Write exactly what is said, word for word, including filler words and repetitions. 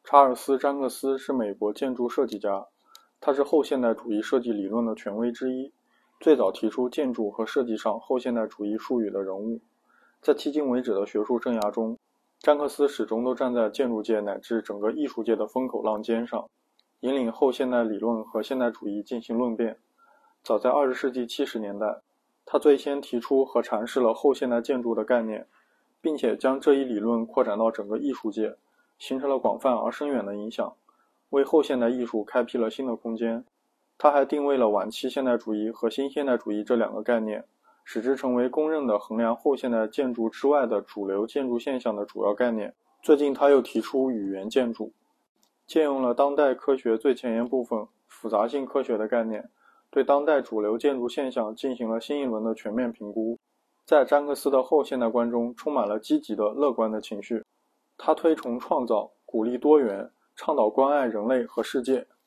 查尔斯·詹克斯是美国建筑设计家，他是后现代主义设计理论的权威之一，最早提出建筑和设计上后现代主义术语的人物。在迄今为止的学术生涯中，詹克斯始终都站在建筑界乃至整个艺术界的风口浪尖上，引领后现代理论和现代主义进行论辩。早在二十世纪七十年代，他最先提出和阐释了后现代建筑的概念，并且将这一理论扩展到整个艺术界，形成了广泛而深远的影响，为后现代艺术开辟了新的空间。他还定位了晚期现代主义和新现代主义这两个概念，使之成为公认的衡量后现代建筑之外的主流建筑现象的主要概念。最近他又提出语言建筑，借用了当代科学最前沿部分复杂性科学的概念，对当代主流建筑现象进行了新一轮的全面评估。在詹克斯的后现代观中充满了积极的乐观的情绪，他推崇创造，鼓励多元，倡导关爱人类和世界。